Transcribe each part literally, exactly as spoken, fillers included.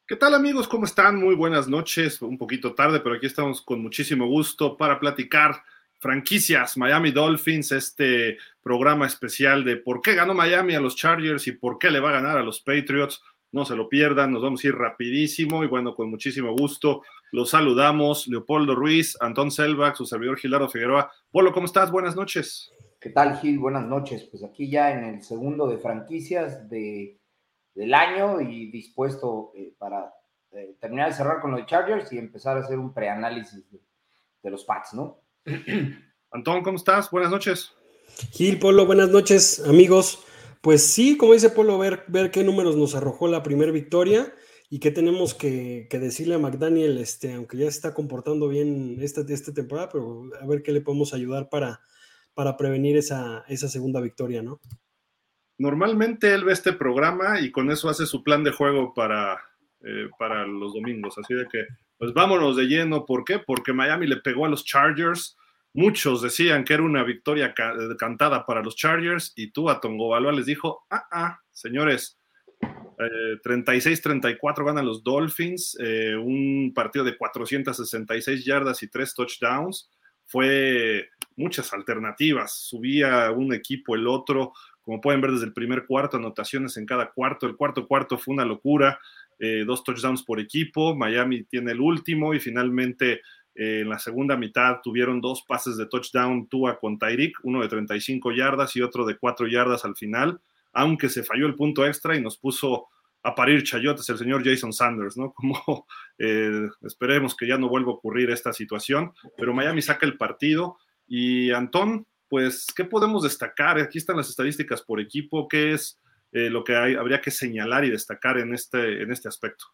¿Qué tal amigos? ¿Cómo están? Muy buenas noches, un poquito tarde, pero aquí estamos con muchísimo gusto para platicar franquicias Miami Dolphins, este programa especial de por qué ganó Miami a los Chargers y por qué le va a ganar a los Patriots. No se lo pierdan, nos vamos a ir rapidísimo y bueno, con muchísimo gusto los saludamos. Leopoldo Ruiz, Antón Selbach, su servidor Gilardo Figueroa. Polo, ¿cómo estás? Buenas noches. ¿Qué tal, Gil? Buenas noches. Pues aquí ya en el segundo de franquicias de, del año y dispuesto eh, para eh, terminar de cerrar con los Chargers y empezar a hacer un preanálisis de, de los Pats, ¿no? Antón, ¿cómo estás? Buenas noches. Gil, Polo, buenas noches, amigos. Pues sí, como dice Polo, ver, ver qué números nos arrojó la primera victoria y qué tenemos que, que decirle a McDaniel, este, aunque ya se está comportando bien esta, esta temporada, pero a ver qué le podemos ayudar para, para prevenir esa, esa segunda victoria, ¿no? Normalmente él ve este programa y con eso hace su plan de juego para, eh, para los domingos. Así de que, pues vámonos de lleno. ¿Por qué? Porque Miami le pegó a los Chargers. Muchos decían que era una victoria ca cantada para los Chargers y tú a Tongovaloa les dijo, ah, ah, señores, eh, treinta y seis treinta y cuatro ganan los Dolphins, eh, un partido de cuatrocientas sesenta y seis yardas y tres touchdowns. Fue muchas alternativas, subía un equipo, el otro, como pueden ver desde el primer cuarto, anotaciones en cada cuarto. El cuarto cuarto fue una locura, eh, dos touchdowns por equipo. Miami tiene el último y finalmente eh, en la segunda mitad tuvieron dos pases de touchdown Tua con Tyreek, uno de treinta y cinco yardas y otro de cuatro yardas al final, aunque se falló el punto extra y nos puso a parir chayotes el señor Jason Sanders, ¿no? Como eh, esperemos que ya no vuelva a ocurrir esta situación, pero Miami saca el partido. Y Antón, pues, ¿qué podemos destacar? Aquí están las estadísticas por equipo. ¿Qué es eh, lo que hay, habría que señalar y destacar en este, en este aspecto?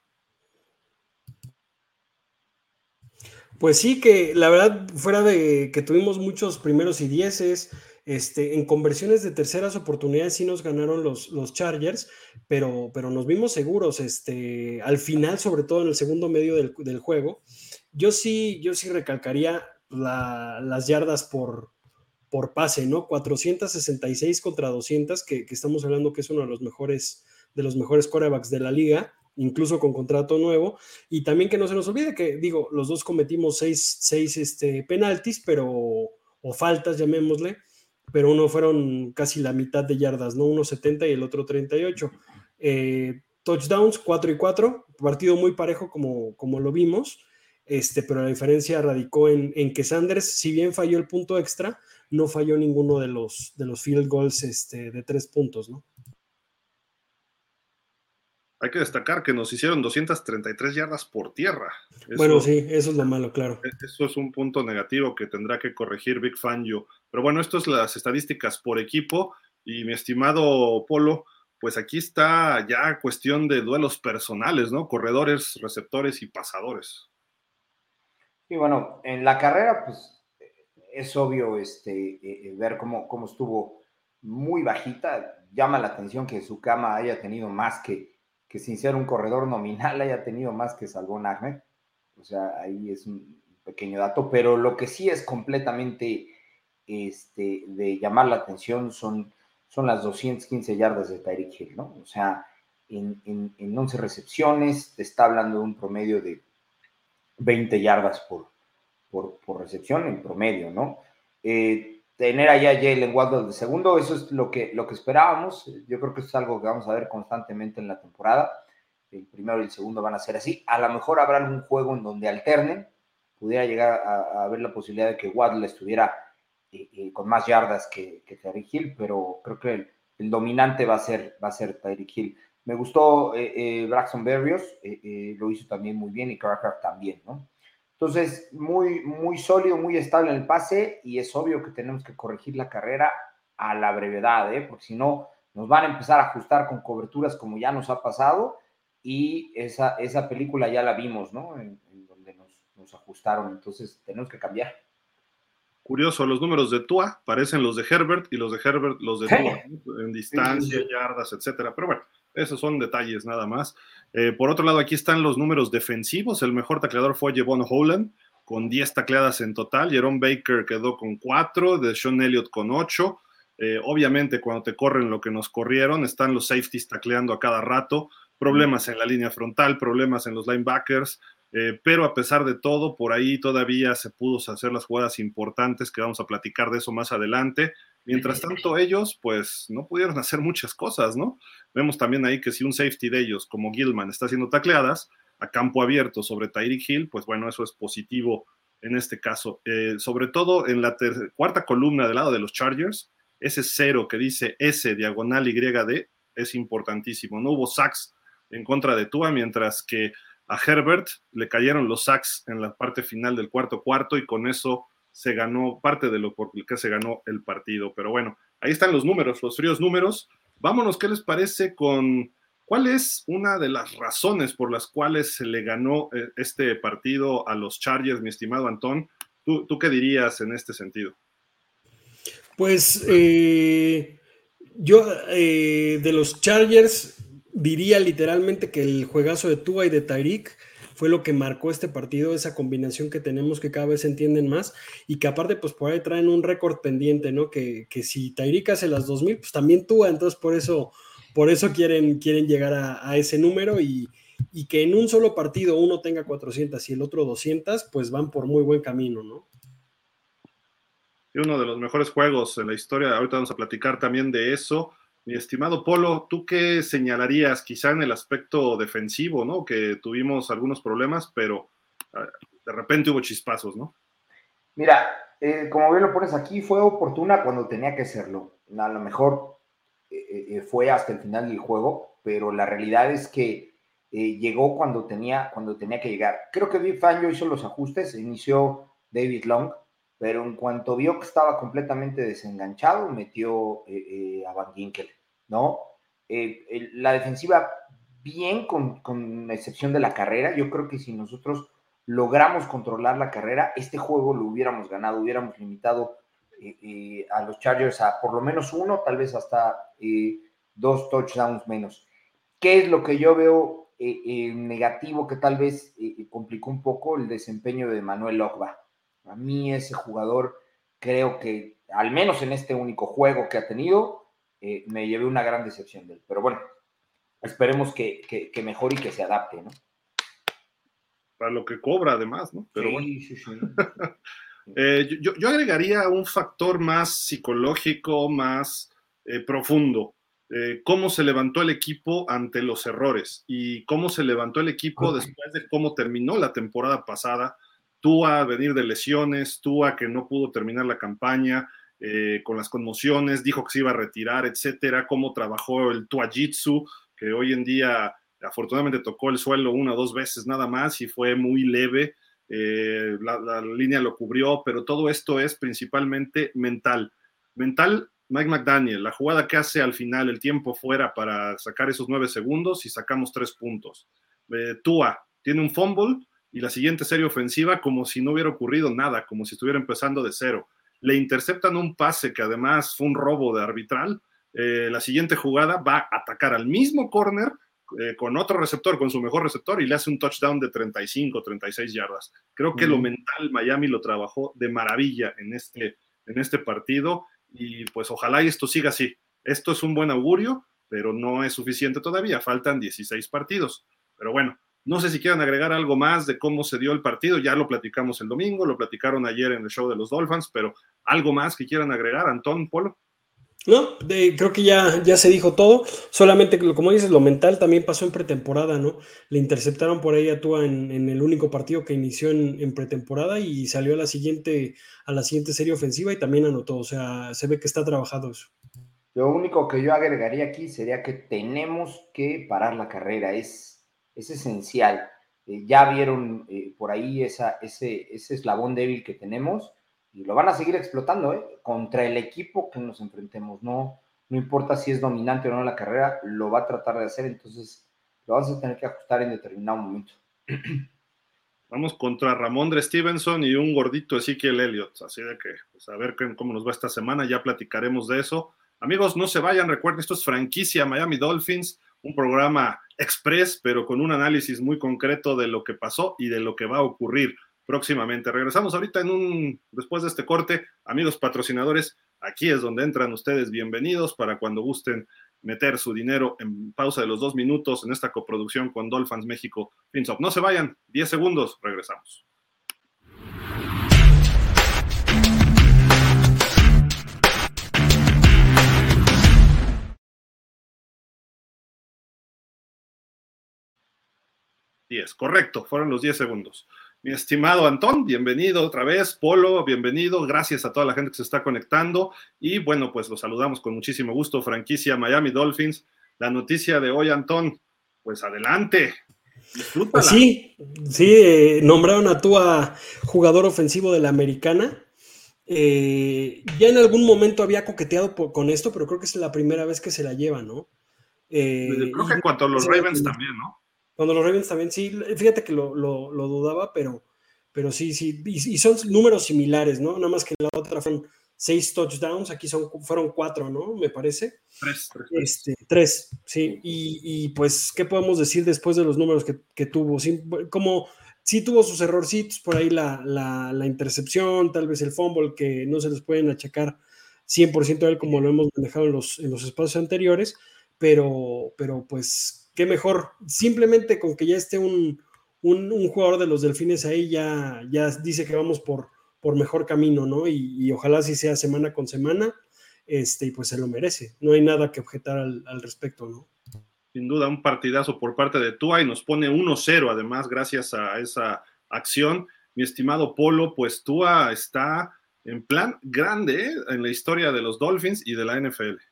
Pues sí, que la verdad, fuera de que tuvimos muchos primeros y dieces, este, en conversiones de terceras oportunidades sí nos ganaron los, los Chargers, pero, pero nos vimos seguros, este, al final, sobre todo en el segundo medio del, del juego. Yo sí, yo sí recalcaría la, las yardas por, por pase, ¿no? cuatrocientas sesenta y seis contra doscientas, que, que estamos hablando que es uno de los mejores, de los mejores quarterbacks de la liga, incluso con contrato nuevo, y también que no se nos olvide que, digo, los dos cometimos seis, seis este, penaltis, pero, o faltas, llamémosle, pero uno fueron casi la mitad de yardas, ¿no? Uno setenta y el otro treinta y ocho. Eh, touchdowns, cuatro y cuatro, partido muy parejo como, como lo vimos, este, pero la diferencia radicó en, en que Sanders, si bien falló el punto extra, no falló ninguno de los, de los field goals este, de tres puntos, ¿no? Hay que destacar que nos hicieron doscientas treinta y tres yardas por tierra. Bueno, Eso, sí, eso es lo malo, claro. eso es un punto negativo que tendrá que corregir Big Fangio. Pero bueno, esto es las estadísticas por equipo. Y mi estimado Polo, pues aquí está ya cuestión de duelos personales, ¿no? Corredores, receptores y pasadores. Y bueno, en la carrera, pues es obvio este, eh, ver cómo, cómo estuvo muy bajita. Llama la atención que su cama haya tenido más que, que sin ser un corredor nominal, haya tenido más que Salvón Ahmed. O sea, ahí es un pequeño dato, pero lo que sí es completamente este, de llamar la atención son, son las doscientas quince yardas de Tyreek Hill, ¿no? O sea, en, en, en once recepciones te está hablando de un promedio de veinte yardas por, por, por recepción en promedio, ¿no? Eh, tener allá a Jalen Waddle de segundo, eso es lo que, lo que esperábamos. Yo creo que eso es algo que vamos a ver constantemente en la temporada. El primero y el segundo van a ser así. A lo mejor habrá algún juego en donde alternen. Pudiera llegar a, a haber la posibilidad de que Waddle estuviera eh, eh, con más yardas que, que Tyreek Hill, pero creo que el, el, dominante va a ser, va a ser Tyreek Hill. Me gustó eh, eh, Braxton Berrios, eh, eh, lo hizo también muy bien y Cracker también, ¿no? Entonces, muy, muy sólido, muy estable en el pase y es obvio que tenemos que corregir la carrera a la brevedad, ¿eh? Porque si no, nos van a empezar a ajustar con coberturas como ya nos ha pasado y esa, esa película ya la vimos, ¿no? En, en donde nos, nos ajustaron, entonces tenemos que cambiar. Curioso, los números de Tua parecen los de Herbert y los de Herbert los de Tua, ¿no? En distancia, sí, sí, sí. yardas, etcétera. Pero bueno, esos son detalles nada más. Eh, por otro lado, aquí están los números defensivos. El mejor tacleador fue Jevon Holland, con diez tacleadas en total. Jerome Baker quedó con cuatro, Deshaun Elliott con ocho. Eh, obviamente, cuando te corren lo que nos corrieron, están los safeties tacleando a cada rato. problemas en la línea frontal, problemas en los linebackers, eh, pero a pesar de todo, por ahí todavía se pudo hacer las jugadas importantes, que vamos a platicar de eso más adelante. Mientras tanto, ellos, pues, no pudieron hacer muchas cosas, ¿no? Vemos también ahí que si un safety de ellos, como Gilman, está haciendo tacleadas a campo abierto sobre Tyreek Hill, pues bueno, eso es positivo en este caso. Eh, sobre todo en la ter- cuarta columna del lado de los Chargers, ese cero que dice S diagonal Y D es importantísimo. No hubo sacks en contra de Tua, mientras que a Herbert le cayeron los sacks en la parte final del cuarto cuarto y con eso se ganó parte de lo por que se ganó el partido. Pero bueno, ahí están los números, los fríos números. Vámonos, ¿qué les parece con cuál es una de las razones por las cuales se le ganó eh, este partido a los Chargers, mi estimado Antón? ¿Tú, tú qué dirías en este sentido? Pues eh, yo eh, de los Chargers diría literalmente que el juegazo de Tua y de Tyreek fue lo que marcó este partido, esa combinación que tenemos que cada vez se entienden más y que aparte pues por ahí traen un récord pendiente, ¿no? Que, que si Tyreek hace las dos mil, pues también Tua, entonces por eso, por eso quieren, quieren llegar a, a ese número y, y que en un solo partido uno tenga cuatrocientas y el otro doscientas, pues van por muy buen camino, ¿no? Y uno de los mejores juegos en la historia, ahorita vamos a platicar también de eso. Mi estimado Polo, ¿tú qué señalarías quizá en el aspecto defensivo, ¿no? Que tuvimos algunos problemas, pero uh, de repente hubo chispazos, ¿no? Mira, eh, como bien lo pones aquí, fue oportuna cuando tenía que serlo. A lo mejor eh, eh, fue hasta el final del juego, pero la realidad es que eh, llegó cuando tenía, cuando tenía que llegar. Creo que Vic Fangio hizo los ajustes, inició David Long, pero en cuanto vio que estaba completamente desenganchado, metió eh, eh, a Van Ginkel, ¿no? Eh, eh, la defensiva, bien, con, con excepción de la carrera. Yo creo que si nosotros logramos controlar la carrera, este juego lo hubiéramos ganado, hubiéramos limitado eh, eh, a los Chargers a por lo menos uno, tal vez hasta eh, dos touchdowns menos. ¿Qué es lo que yo veo eh, eh, negativo que tal vez eh, complicó un poco? El desempeño de Manuel Ogba. A mí ese jugador creo que, al menos en este único juego que ha tenido, eh, me llevé una gran decepción de él. Pero bueno, esperemos que, que, que mejore y que se adapte, ¿no? Para lo que cobra además, ¿no? Pero sí, bueno. sí, sí. eh, yo, yo agregaría un factor más psicológico, más eh, profundo. Eh, cómo se levantó el equipo ante los errores y cómo se levantó el equipo okay. después de cómo terminó la temporada pasada. Tua a venir de lesiones, Tua que no pudo terminar la campaña eh, con las conmociones, dijo que se iba a retirar, etcétera. Cómo trabajó el Tua-Jitsu, que hoy en día afortunadamente tocó el suelo una o dos veces nada más y fue muy leve. Eh, la, la línea lo cubrió, pero todo esto es principalmente mental. Mental, Mike McDaniel, la jugada que hace al final, el tiempo fuera para sacar esos nueve segundos y sacamos tres puntos. Eh, Tua tiene un fumble y la siguiente serie ofensiva como si no hubiera ocurrido nada, como si estuviera empezando de cero. Le interceptan un pase que además fue un robo de arbitral. Eh, la siguiente jugada va a atacar al mismo corner eh, con otro receptor, con su mejor receptor, y le hace un touchdown de treinta y cinco, treinta y seis yardas. Creo que uh-huh. lo mental Miami lo trabajó de maravilla en este, en este partido, y pues ojalá y esto siga así. Esto es un buen augurio, pero no es suficiente todavía, faltan dieciséis partidos. Pero bueno, no sé si quieren agregar algo más de cómo se dio el partido, ya lo platicamos el domingo, lo platicaron ayer en el show de los Dolphins, pero algo más que quieran agregar, Antón, Polo. No, de, creo que ya, ya se dijo todo, solamente como dices, lo mental también pasó en pretemporada, ¿no? Le interceptaron por ahí a Tua en, en el único partido que inició en, en pretemporada y salió a la siguiente, a la siguiente serie ofensiva y también anotó, o sea, se ve que está trabajado eso. Lo único que yo agregaría aquí sería que tenemos que parar la carrera, es, es esencial. Eh, ya vieron eh, por ahí esa, ese, ese eslabón débil que tenemos y lo van a seguir explotando, ¿eh? Contra el equipo que nos enfrentemos. No, no importa si es dominante o no la carrera, lo va a tratar de hacer, entonces lo vamos a tener que ajustar en determinado momento. Vamos contra Ramondre Stevenson y un gordito Ezekiel Elliott, así de que pues, a ver cómo nos va esta semana, ya platicaremos de eso. Amigos, no se vayan, recuerden, esto es franquicia Miami Dolphins, un programa express, pero con un análisis muy concreto de lo que pasó y de lo que va a ocurrir próximamente. Regresamos ahorita en un, después de este corte. Amigos patrocinadores, aquí es donde entran ustedes, bienvenidos para cuando gusten meter su dinero en pausa de los dos minutos en esta coproducción con Dolphins México FinSop. No se vayan, diez segundos, regresamos. diez, correcto, fueron los diez segundos. Mi estimado Antón, bienvenido otra vez. Polo, bienvenido. Gracias a toda la gente que se está conectando. Y bueno, pues los saludamos con muchísimo gusto. Franquicia Miami Dolphins. La noticia de hoy, Antón, pues adelante. Disfrútala. Pues sí, sí, eh, nombraron a Tua jugador ofensivo de la Americana. Eh, ya en algún momento había coqueteado por, con esto, pero creo que es la primera vez que se la lleva, ¿no? Eh, creo que en cuanto a los Ravens también, ¿no? Cuando los Ravens también, sí, fíjate que lo, lo, lo dudaba, pero, pero sí, sí, y, y son números similares, ¿no? Nada más que en la otra fueron seis touchdowns, aquí son, fueron cuatro, ¿no? Me parece. Tres, tres, tres. Este, tres, sí, y, y pues, ¿qué podemos decir después de los números que, que tuvo? Sí, como sí tuvo sus errorcitos, por ahí la, la, la intercepción, tal vez el fumble, que no se les pueden achacar cien por ciento a él como lo hemos manejado en los, en los espacios anteriores, pero, pero pues qué mejor, simplemente con que ya esté un, un, un jugador de los Delfines ahí, ya, ya dice que vamos por, por mejor camino, ¿no? Y, y ojalá así sea semana con semana, este, y pues se lo merece. No hay nada que objetar al, al respecto, ¿no? Sin duda, un partidazo por parte de Tua y nos pone uno cero, además, gracias a esa acción. Mi estimado Polo, pues Tua está en plan grande, ¿eh? En la historia de los Dolphins y de la N F L.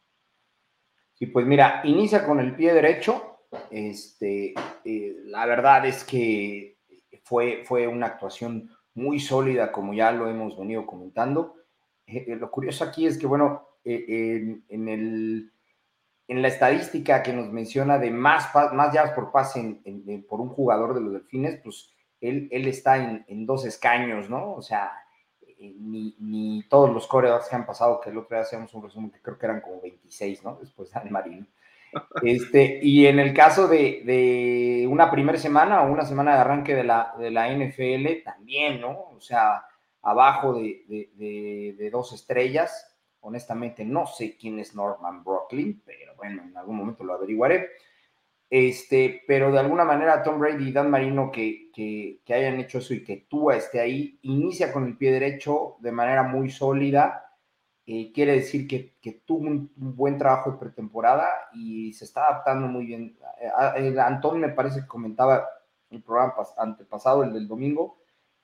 Y pues mira, inicia con el pie derecho. Este, eh, la verdad es que fue, fue una actuación muy sólida, como ya lo hemos venido comentando. Eh, lo curioso aquí es que, bueno, eh, en, en, el, en la estadística que nos menciona de más, más yardas por pase en, en, en, por un jugador de los Delfines, pues él, él está en, en dos escaños, ¿no? O sea, Ni, ni todos los quarterbacks que han pasado, que el otro día hacíamos un resumen que creo que eran como veintiséis, ¿no? Después de Dan Marino. Este, y en el caso de, de una primera semana o una semana de arranque de la, de la N F L, también, ¿no? O sea, abajo de, de, de, de dos estrellas. Honestamente, no sé quién es Norman Brocklin, pero bueno, en algún momento lo averiguaré. Este, pero de alguna manera Tom Brady y Dan Marino que, que, que hayan hecho eso y que Tua esté ahí, inicia con el pie derecho de manera muy sólida, eh, quiere decir que, que tuvo un, un buen trabajo de pretemporada y se está adaptando muy bien. Eh, Antón me parece que comentaba en el programa antepasado, el del domingo,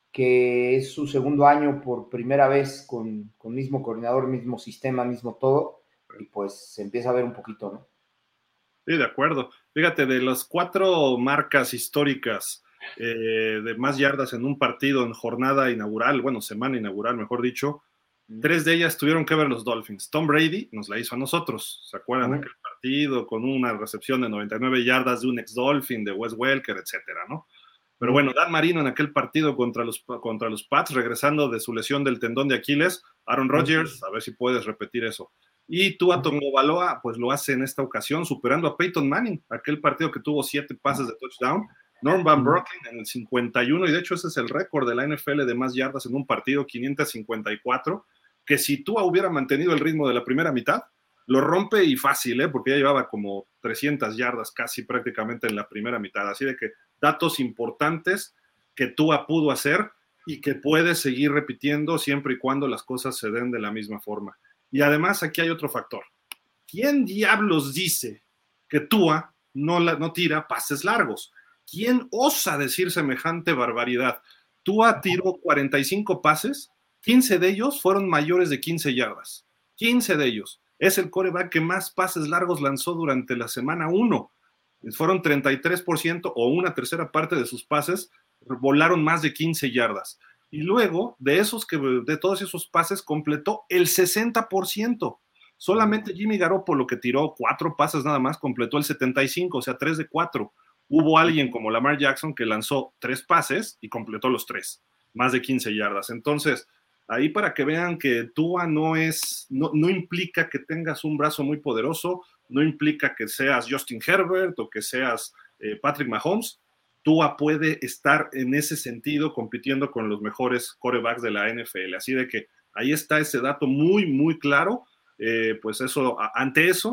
que es su segundo año por primera vez con, con mismo coordinador, mismo sistema, mismo todo, y pues se empieza a ver un poquito, ¿no? Sí, de acuerdo. Fíjate, de las cuatro marcas históricas eh, de más yardas en un partido en jornada inaugural, bueno, semana inaugural, mejor dicho, mm. tres de ellas tuvieron que ver los Dolphins. Tom Brady nos la hizo a nosotros, ¿se acuerdan? Mm. Aquel partido con una recepción de noventa y nueve yardas de un ex-Dolphin, de Wes Welker, etcétera, ¿no? Pero mm. bueno, Dan Marino en aquel partido contra los, contra los Pats, regresando de su lesión del tendón de Aquiles, Aaron Rodgers, mm. a ver si puedes repetir eso. Y Tua Tagovailoa, pues lo hace en esta ocasión, superando a Peyton Manning, aquel partido que tuvo siete pases de touchdown. Norm Van Brocklin en el cincuenta y uno, y de hecho ese es el récord de la N F L de más yardas en un partido, quinientas cincuenta y cuatro, que si Tua hubiera mantenido el ritmo de la primera mitad, lo rompe y fácil, ¿eh? Porque ya llevaba como trescientas yardas casi prácticamente en la primera mitad. Así de que datos importantes que Tua pudo hacer y que puede seguir repitiendo siempre y cuando las cosas se den de la misma forma. Y además aquí hay otro factor. ¿Quién diablos dice que Tua no, la, no tira pases largos? ¿Quién osa decir semejante barbaridad? Tua tiró cuarenta y cinco pases, quince de ellos fueron mayores de quince yardas. quince de ellos. Es el quarterback que más pases largos lanzó durante la semana uno. Fueron treinta y tres por ciento o una tercera parte de sus pases volaron más de quince yardas. Y luego, de esos que, de todos esos pases, completó el sesenta por ciento. Solamente Jimmy Garoppolo, que tiró cuatro pases nada más, completó el setenta y cinco, o sea, tres de cuatro. Hubo alguien como Lamar Jackson que lanzó tres pases y completó los tres, más de quince yardas. Entonces, ahí para que vean que Tua no es, no, no implica que tengas un brazo muy poderoso, no implica que seas Justin Herbert o que seas eh, Patrick Mahomes. Tua puede estar en ese sentido compitiendo con los mejores quarterbacks de la N F L. Así de que ahí está ese dato muy, muy claro. Eh, pues eso, ante eso,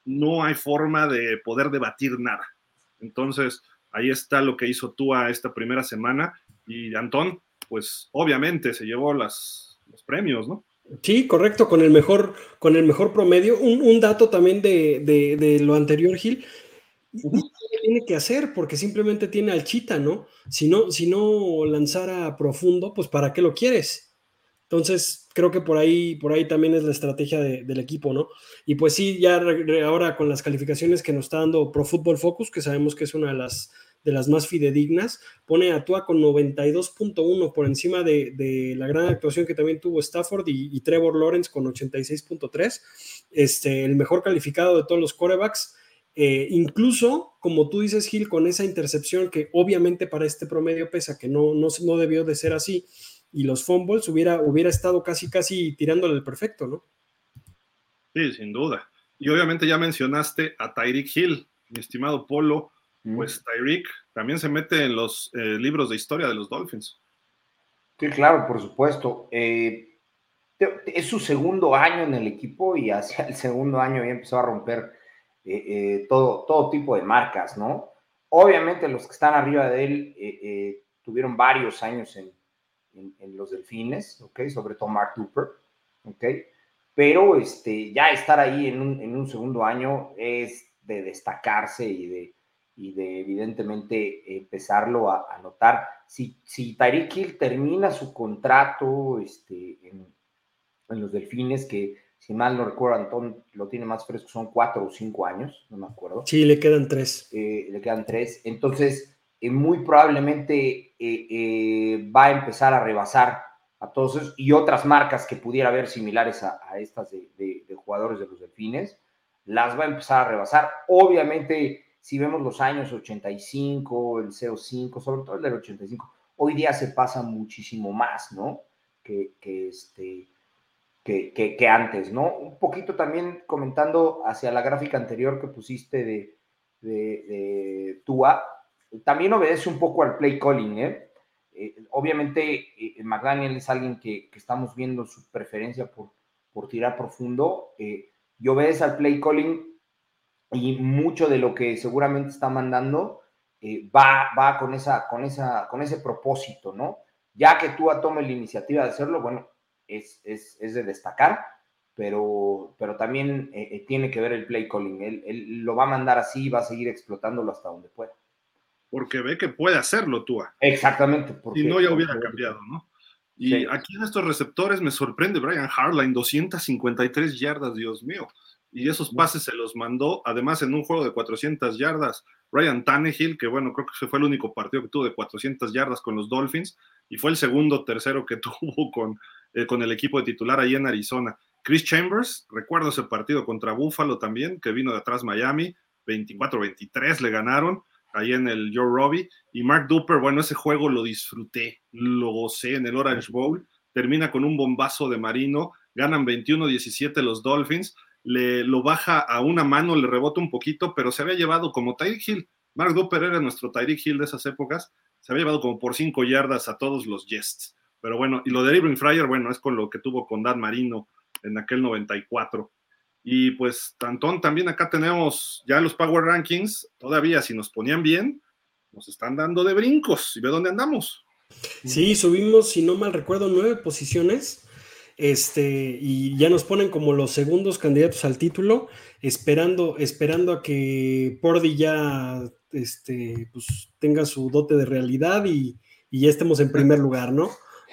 no hay forma de poder debatir nada. Entonces, ahí está lo que hizo Tua esta primera semana, y Antón, pues obviamente se llevó las, los premios, ¿no? Sí, correcto, con el mejor, con el mejor promedio. Un, un dato también de, de, de lo anterior, Gil, Uh-huh. ¿qué tiene que hacer? Porque simplemente tiene al Cheetah, ¿no? Si no, si no lanzara profundo, pues ¿para qué lo quieres? Entonces, creo que por ahí, por ahí también es la estrategia de, del equipo, ¿no? Y pues sí, ya re, re, ahora con las calificaciones que nos está dando Pro Football Focus, que sabemos que es una de las, de las más fidedignas, pone a Tua con noventa y dos punto uno por encima de, de la gran actuación que también tuvo Stafford y, y Trevor Lawrence con ochenta y seis punto tres, este, el mejor calificado de todos los quarterbacks. Eh, incluso, como tú dices, Gil, con esa intercepción que obviamente para este promedio pesa, que no, no, no debió de ser así, y los fumbles, hubiera, hubiera estado casi, casi tirándole el perfecto, ¿no? Sí, sin duda. Y obviamente ya mencionaste a Tyreek Hill, mi estimado Polo, mm. pues Tyreek también se mete en los eh, libros de historia de los Dolphins. Sí, claro, por supuesto. Eh, es su segundo año en el equipo y hacia el segundo año ya empezó a romper eh, eh, todo, todo tipo de marcas, ¿no? Obviamente los que están arriba de él eh, eh, tuvieron varios años en, en, en los Delfines, ¿ok? Sobre todo Mark Duper, ¿ok? Pero este, ya estar ahí en un, en un segundo año es de destacarse y de, y de evidentemente empezarlo a, a notar. Si, si Tyreek Hill termina su contrato este, en, en los Delfines, que si mal no recuerdo, Antón lo tiene más fresco, son cuatro o cinco años, no me acuerdo. Sí, le quedan tres. Eh, le quedan tres. Entonces, eh, muy probablemente eh, eh, va a empezar a rebasar a todos esos y otras marcas que pudiera haber similares a, a estas de, de, de jugadores de los Delfines, las va a empezar a rebasar. Obviamente, si vemos los años ochenta y cinco, el cero cinco, sobre todo el del ochenta y cinco, hoy día se pasa muchísimo más, ¿no? Que, que este... Que, que, que antes, ¿no? Un poquito también comentando hacia la gráfica anterior que pusiste de, de, de Tua, también obedece un poco al play calling, ¿eh? Eh, obviamente, eh, McDaniel es alguien que, que estamos viendo su preferencia por, por tirar profundo, eh, y obedece al play calling, y mucho de lo que seguramente está mandando eh, va, va con, esa, con, esa, con ese propósito, ¿no? Ya que Tua tome la iniciativa de hacerlo, bueno, es, es, es de destacar, pero, pero también eh, tiene que ver el play calling. Él, él lo va a mandar así y va a seguir explotándolo hasta donde pueda. Porque ve que puede hacerlo, Tua. Exactamente. Porque, si no, ya hubiera cambiado, ¿no? Y sí. Aquí en estos receptores me sorprende Brian Hartline, doscientas cincuenta y tres yardas, Dios mío. Y esos pases se los mandó, además en un juego de cuatrocientas yardas. Ryan Tannehill, que bueno, creo que fue el único partido que tuvo de cuatrocientas yardas con los Dolphins, y fue el segundo, tercero que tuvo con, eh, con el equipo de titular ahí en Arizona. Chris Chambers, recuerdo ese partido contra Buffalo también, que vino de atrás Miami, veinticuatro veintitrés le ganaron ahí en el Joe Robbie, y Mark Duper, bueno, ese juego lo disfruté, lo gocé en el Orange Bowl, termina con un bombazo de Marino, ganan veintiuno diecisiete los Dolphins, le lo baja a una mano, le rebota un poquito, pero se había llevado como Tyreek Hill, Mark Duper era nuestro Tyreek Hill de esas épocas, se había llevado como por cinco yardas a todos los Jets, pero bueno, y lo de Irving Fryer, bueno, es con lo que tuvo con Dan Marino en aquel noventa y cuatro. Y pues, Tantón, también acá tenemos ya los Power Rankings, todavía si nos ponían bien, nos están dando de brincos, y ve dónde andamos. Sí, subimos, si no mal recuerdo, nueve posiciones, este, y ya nos ponen como los segundos candidatos al título, esperando, esperando a que Purdy ya este, pues, tenga su dote de realidad y, y ya estemos en primer lugar, ¿no?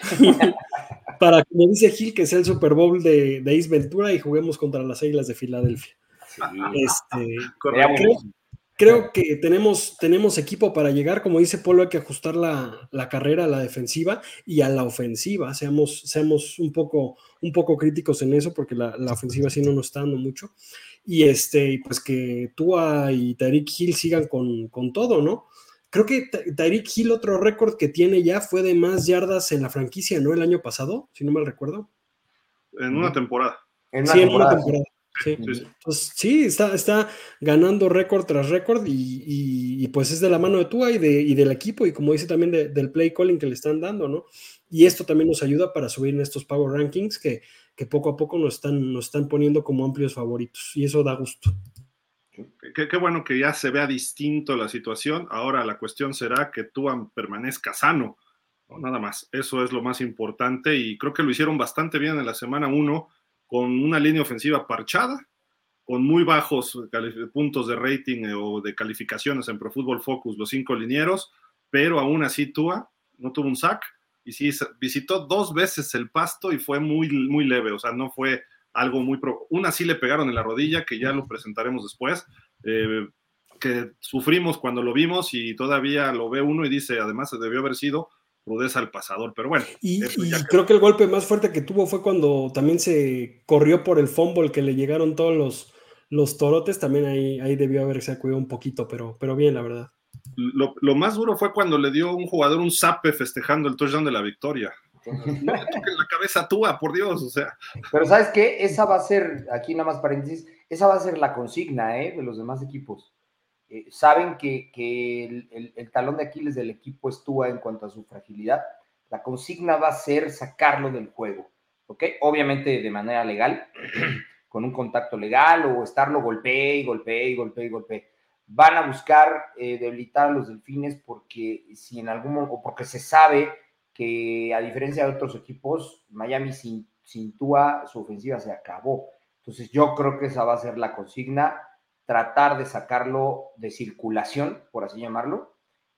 Para, como dice Gil, que sea el Super Bowl de, de Ace Ventura y juguemos contra las Águilas de Filadelfia. Sí. Este, creo, creo que tenemos, tenemos equipo para llegar. Como dice Polo, hay que ajustar la, la carrera a la defensiva y a la ofensiva. Seamos, seamos un, poco, un poco críticos en eso, porque la, la ofensiva sí no nos está dando mucho. Y este, pues que Tua y Tyreek Hill sigan con, con todo, ¿no? Creo que Tyreek Hill, otro récord que tiene ya fue de más yardas en la franquicia, ¿no? El año pasado, si no mal recuerdo. En una temporada. En una sí, temporada. en una temporada. Sí. Sí, sí. Entonces, sí, está, está ganando récord tras récord y, y, y pues es de la mano de Tua y, de, y del equipo y como dice también de, del play calling que le están dando, ¿no? Y esto también nos ayuda para subir en estos Power Rankings que, que poco a poco nos están, nos están poniendo como amplios favoritos y eso da gusto. Qué, qué bueno que ya se vea distinto la situación. Ahora la cuestión será que Tua permanezca sano, ¿no? Nada más. Eso es lo más importante y creo que lo hicieron bastante bien en la semana uno con una línea ofensiva parchada, con muy bajos puntos de rating o de calificaciones en Pro Football Focus, los cinco linieros, pero aún así Tua no tuvo un sack y sí visitó dos veces el pasto y fue muy, muy leve, o sea, no fue algo muy... Pro... Una sí le pegaron en la rodilla, que ya lo presentaremos después, eh, que sufrimos cuando lo vimos y todavía lo ve uno y dice, además debió haber sido rudeza al pasador, pero bueno. Y, y creo que el golpe más fuerte que tuvo fue cuando también se corrió por el fumble, que le llegaron todos los, los torotes, también ahí, ahí debió haberse cuidado un poquito, pero, pero bien, la verdad. Lo, lo más duro fue cuando le dio un jugador un zape festejando el touchdown de la victoria. Entonces, no le toquen la cabeza a Tua, por Dios, o sea. Pero ¿sabes qué? Esa va a ser, aquí nada más paréntesis, esa va a ser la consigna, ¿eh? De los demás equipos. Eh, saben que, que el, el, el talón de Aquiles del equipo es Tua en cuanto a su fragilidad. La consigna va a ser sacarlo del juego, ¿ok? Obviamente de manera legal, con un contacto legal o estarlo golpee y golpee y golpee y golpee. Van a buscar eh, debilitar a los Delfines porque si en algún momento, porque se sabe que a diferencia de otros equipos, Miami sin, sin Tua, su ofensiva se acabó. Entonces yo creo que esa va a ser la consigna, tratar de sacarlo de circulación, por así llamarlo,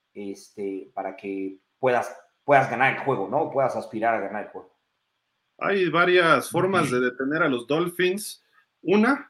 este, para que puedas, puedas ganar el juego, ¿no? Puedas aspirar a ganar el juego. Hay varias formas de detener a los Dolphins. Una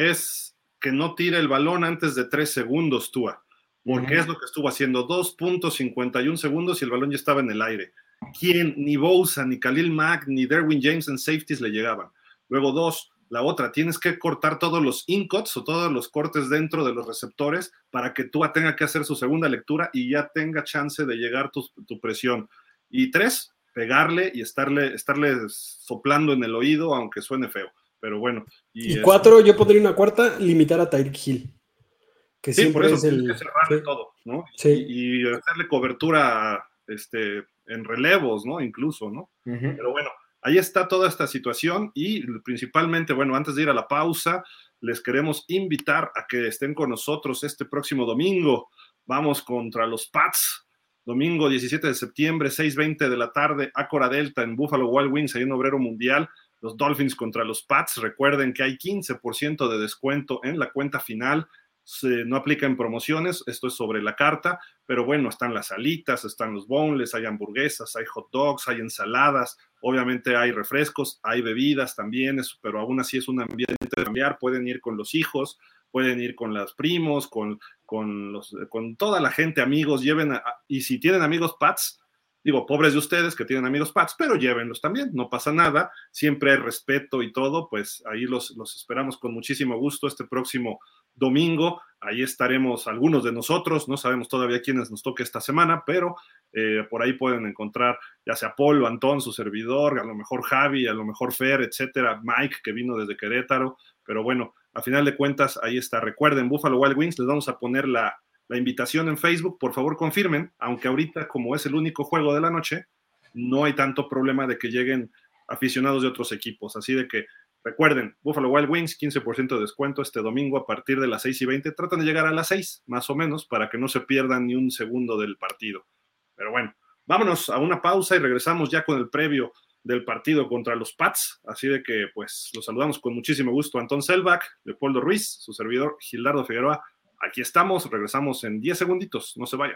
es que no tire el balón antes de tres segundos, Tua, porque uh-huh. es lo que estuvo haciendo, dos puntos cincuenta y uno segundos y el balón ya estaba en el aire. ¿Quién? Ni Bosa, ni Khalil Mack, ni Derwin James en safeties le llegaban. Luego dos, la otra, tienes que cortar todos los incuts o todos los cortes dentro de los receptores para que Tua tenga que hacer su segunda lectura y ya tenga chance de llegar tu, tu presión. Y tres, pegarle y estarle, estarle soplando en el oído, aunque suene feo. Pero bueno. Y, y cuatro, yo pondría una cuarta, limitar a Tyreek Hill. Que sí, siempre por eso es tienes el... que cerrarle sí. todo, ¿no? Sí. Y, y hacerle cobertura este, en relevos, ¿no? Incluso, ¿no? Uh-huh. Pero bueno, ahí está toda esta situación y principalmente, bueno, antes de ir a la pausa, les queremos invitar a que estén con nosotros este próximo domingo. Vamos contra los Pats. Domingo diecisiete de septiembre, seis veinte de la tarde, Acora Delta en Buffalo Wild Wings, ahí en Obrero Mundial, los Dolphins contra los Pats. Recuerden que hay quince por ciento de descuento en la cuenta final, se, no aplica en promociones, esto es sobre la carta, pero bueno, están las alitas, están los boneless, hay hamburguesas, hay hot dogs, hay ensaladas, obviamente hay refrescos, hay bebidas también, es, pero aún así es un ambiente familiar, pueden ir con los hijos, pueden ir con los primos, con, con, los, con toda la gente, amigos, lleven, a, y si tienen amigos Pats, digo, pobres de ustedes que tienen amigos Pats, pero llévenlos también, no pasa nada, siempre hay respeto y todo, pues ahí los, los esperamos con muchísimo gusto este próximo domingo, ahí estaremos algunos de nosotros, no sabemos todavía quiénes nos toque esta semana, pero eh, por ahí pueden encontrar ya sea Polo, Antón, su servidor, a lo mejor Javi, a lo mejor Fer, etcétera, Mike, que vino desde Querétaro, pero bueno, a final de cuentas, ahí está. Recuerden, Buffalo Wild Wings, les vamos a poner la, la invitación en Facebook, por favor confirmen, aunque ahorita como es el único juego de la noche, no hay tanto problema de que lleguen aficionados de otros equipos, así de que recuerden, Buffalo Wild Wings, quince por ciento de descuento este domingo a partir de las seis y veinte, tratan de llegar a las seis, más o menos, para que no se pierdan ni un segundo del partido. Pero bueno, vámonos a una pausa y regresamos ya con el previo del partido contra los Pats, así de que pues los saludamos con muchísimo gusto, Antón Selbach, Leopoldo Ruiz, su servidor Gildardo Figueroa, aquí estamos, regresamos en diez segunditos, no se vayan.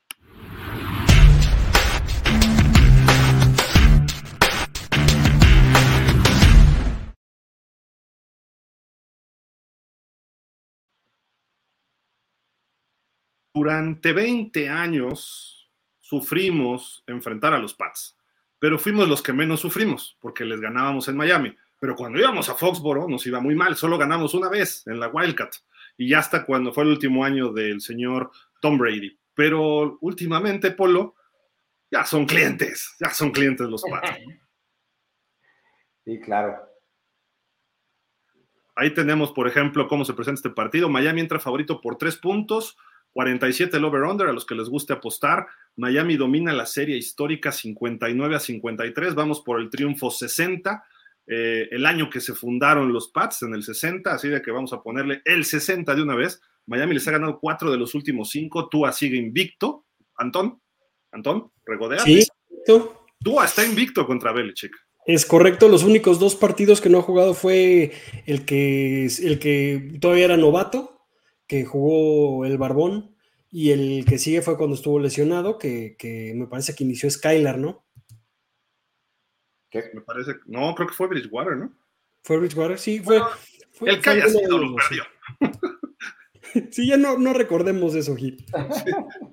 Durante veinte años sufrimos enfrentar a los Pats, pero fuimos los que menos sufrimos, porque les ganábamos en Miami. Pero cuando íbamos a Foxboro nos iba muy mal, solo ganamos una vez en la Wildcat, y ya hasta cuando fue el último año del señor Tom Brady. Pero últimamente, Polo, ya son clientes, ya son clientes los Pats. Sí, claro. Ahí tenemos, por ejemplo, cómo se presenta este partido. Miami entra favorito por tres puntos, cuarenta y siete el over-under, a los que les guste apostar. Miami domina la serie histórica cincuenta y nueve a cincuenta y tres, vamos por el triunfo sesenta, eh, el año que se fundaron los Pats, en el sesenta, así de que vamos a ponerle el sesenta de una vez, Miami les ha ganado cuatro de los últimos cinco. Tua sigue invicto. Antón, Antón, regodeate. Sí, correcto. Tua está invicto contra Belichick. Es correcto, los únicos dos partidos que no ha jugado fue el que, el que todavía era novato, que jugó el Barbón, y el que sigue fue cuando estuvo lesionado, que, que me parece que inició Skylar, ¿no? ¿Qué? Me parece, no, creo que fue Bridgewater, ¿no? Fue Bridgewater, sí, fue. Bueno, fue el que haya sido lo los, perdió. Sí, ya no, no recordemos eso, Gil. Sí.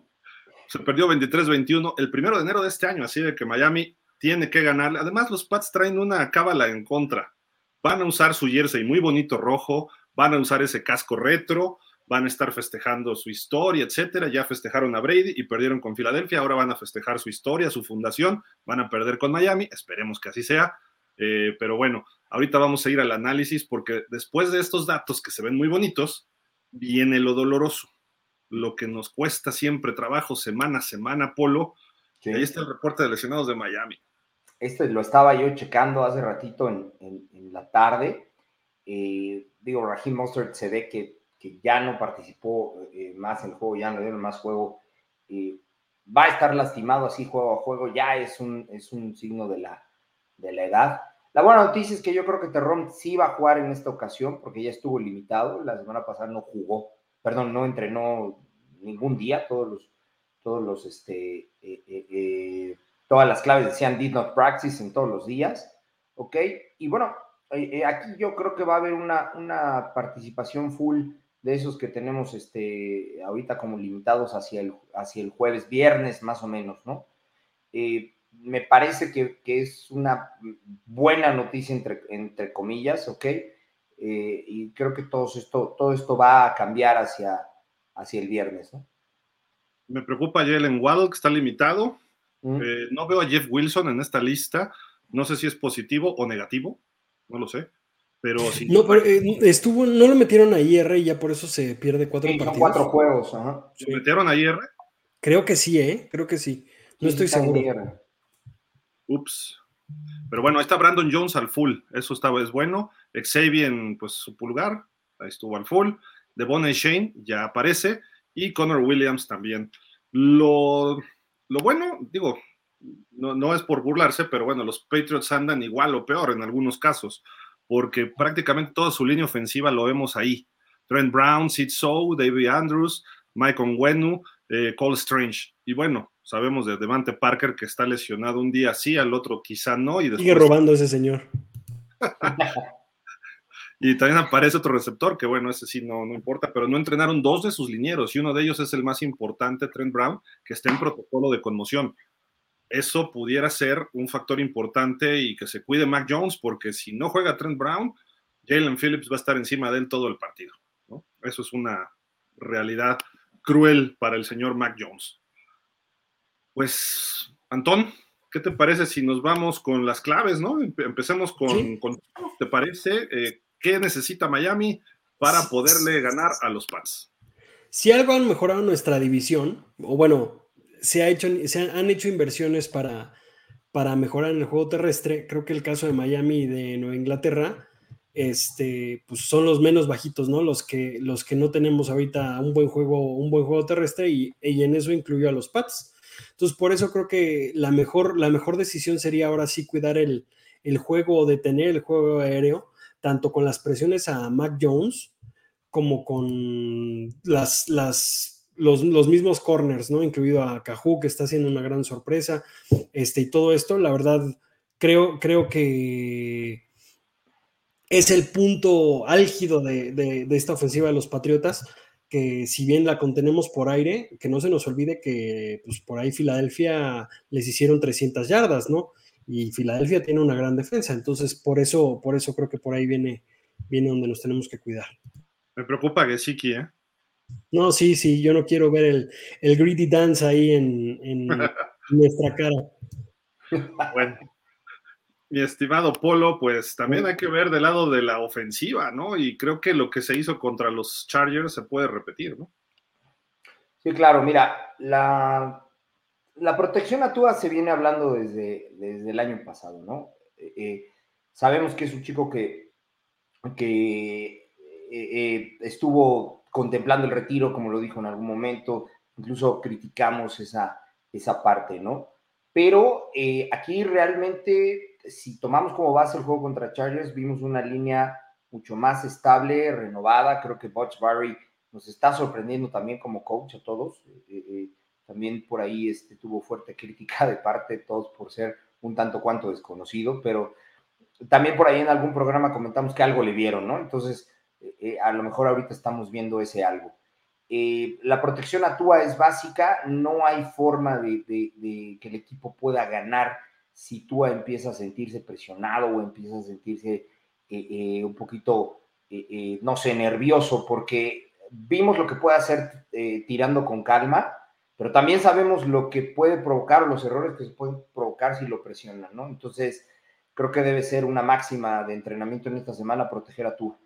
Se perdió veintitrés veintiuno el primero de enero de este año, así de que Miami tiene que ganar. Además, los Pats traen una cábala en contra. Van a usar su jersey muy bonito rojo, van a usar ese casco retro, van a estar festejando su historia, etcétera. Ya festejaron a Brady y perdieron con Filadelfia, ahora van a festejar su historia, su fundación, van a perder con Miami, esperemos que así sea. Eh, pero bueno, ahorita vamos a ir al análisis porque después de estos datos que se ven muy bonitos, viene lo doloroso, lo que nos cuesta siempre trabajo semana a semana, Polo. Sí. Y ahí está el reporte de lesionados de Miami. Este lo estaba yo checando hace ratito en, en, en la tarde. Eh, digo, Raheem Mostert se ve que, que ya no participó eh, más en el juego, ya no dieron más juego. Eh, va a estar lastimado así juego a juego, ya es un, es un signo de la, de la edad. La buena noticia es que yo creo que Terron sí va a jugar en esta ocasión, porque ya estuvo limitado. La semana pasada no jugó, perdón, no entrenó ningún día, todos los, todos los, este, eh, eh, eh, todas las claves decían did not practice en todos los días, ¿ok? Y bueno, eh, eh, aquí yo creo que va a haber una, una participación full de esos que tenemos este, ahorita como limitados hacia el, hacia el jueves, viernes más o menos, ¿no? Eh, me parece que, que es una buena noticia entre, entre comillas, ¿ok? Eh, y creo que todo esto, todo esto va a cambiar hacia, hacia el viernes, ¿no? Me preocupa Jalen Waddle, que está limitado. Mm. Eh, no veo a Jeff Wilson en esta lista. No sé si es positivo o negativo. No lo sé. Pero sí. No, pero eh, estuvo, no lo metieron a I R y ya por eso se pierde cuatro sí, partidos. Cuatro juegos, ajá. ¿Se sí. metieron a I R? Creo que sí, ¿eh? Creo que sí. No sí, estoy sí seguro. Ups. Pero bueno, ahí está Brandon Jones al full. Eso esta vez bueno. Xavier, pues su pulgar. Ahí estuvo al full. Devon Shane ya aparece. Y Connor Williams también. Lo, lo bueno, digo, no, no es por burlarse, pero bueno, los Patriots andan igual o peor en algunos casos, porque prácticamente toda su línea ofensiva lo vemos ahí. Trent Brown, Sid Sow, David Andrews, Mike Onwenu, eh, Cole Strange. Y bueno, sabemos de Devante Parker que está lesionado un día sí, al otro quizá no. Y después... Sigue robando ese señor. Y también aparece otro receptor, que bueno, ese sí no, no importa, pero no entrenaron dos de sus linieros, y uno de ellos es el más importante, Trent Brown, que está en protocolo de conmoción. Eso pudiera ser un factor importante y que se cuide Mac Jones, porque si no juega Trent Brown, Jalen Phillips va a estar encima de él todo el partido, ¿no? Eso es una realidad cruel para el señor Mac Jones. Pues, Antón, ¿qué te parece si nos vamos con las claves, no? Empecemos con, ¿sí? con ¿te parece? Eh, ¿Qué necesita Miami para poderle ganar a los Pats? Si algo han mejorado nuestra división, o bueno, se, ha hecho, se han hecho inversiones para, para mejorar en el juego terrestre, creo que el caso de Miami y de Nueva Inglaterra, este, pues son los menos bajitos, ¿no? Los que, los que no tenemos ahorita un buen juego, un buen juego terrestre, y, y en eso incluyó a los Pats. Entonces, por eso creo que la mejor, la mejor decisión sería ahora sí cuidar el, el juego o detener el juego aéreo, tanto con las presiones a Mac Jones como con las, las, los, los mismos corners, ¿no? Incluido a Cajú, que está haciendo una gran sorpresa, este, y todo esto, la verdad, creo, creo que es el punto álgido de, de, de esta ofensiva de los Patriotas, que si bien la contenemos por aire, que no se nos olvide que pues, por ahí Filadelfia les hicieron trescientas yardas, ¿no? Y Filadelfia tiene una gran defensa, entonces por eso, por eso creo que por ahí viene, viene donde nos tenemos que cuidar. Me preocupa Gesicki, ¿eh? No, sí, sí, yo no quiero ver el, el greedy dance ahí en, en nuestra cara. Bueno, mi estimado Polo, pues también hay que ver del lado de la ofensiva, ¿no? Y creo que lo que se hizo contra los Chargers se puede repetir, ¿no? Sí, claro, mira, la... La protección a Tua se viene hablando desde, desde el año pasado, ¿no? Eh, eh, sabemos que es un chico que, que eh, eh, estuvo contemplando el retiro, como lo dijo en algún momento, incluso criticamos esa, esa parte, ¿no? Pero eh, aquí realmente, si tomamos como base el juego contra Chargers, vimos una línea mucho más estable, renovada. Creo que Butch Barry nos está sorprendiendo también como coach a todos. Eh, eh, también por ahí este, tuvo fuerte crítica de parte de todos por ser un tanto cuanto desconocido, pero también por ahí en algún programa comentamos que algo le vieron, ¿no? Entonces, eh, a lo mejor ahorita estamos viendo ese algo. Eh, la protección a Tua es básica, no hay forma de, de, de que el equipo pueda ganar si Tua empieza a sentirse presionado o empieza a sentirse eh, eh, un poquito, eh, eh, no sé, nervioso, porque vimos lo que puede hacer eh, tirando con calma, pero también sabemos lo que puede provocar, los errores que se pueden provocar si lo presionan, ¿no? Entonces, creo que debe ser una máxima de entrenamiento en esta semana proteger a Tua.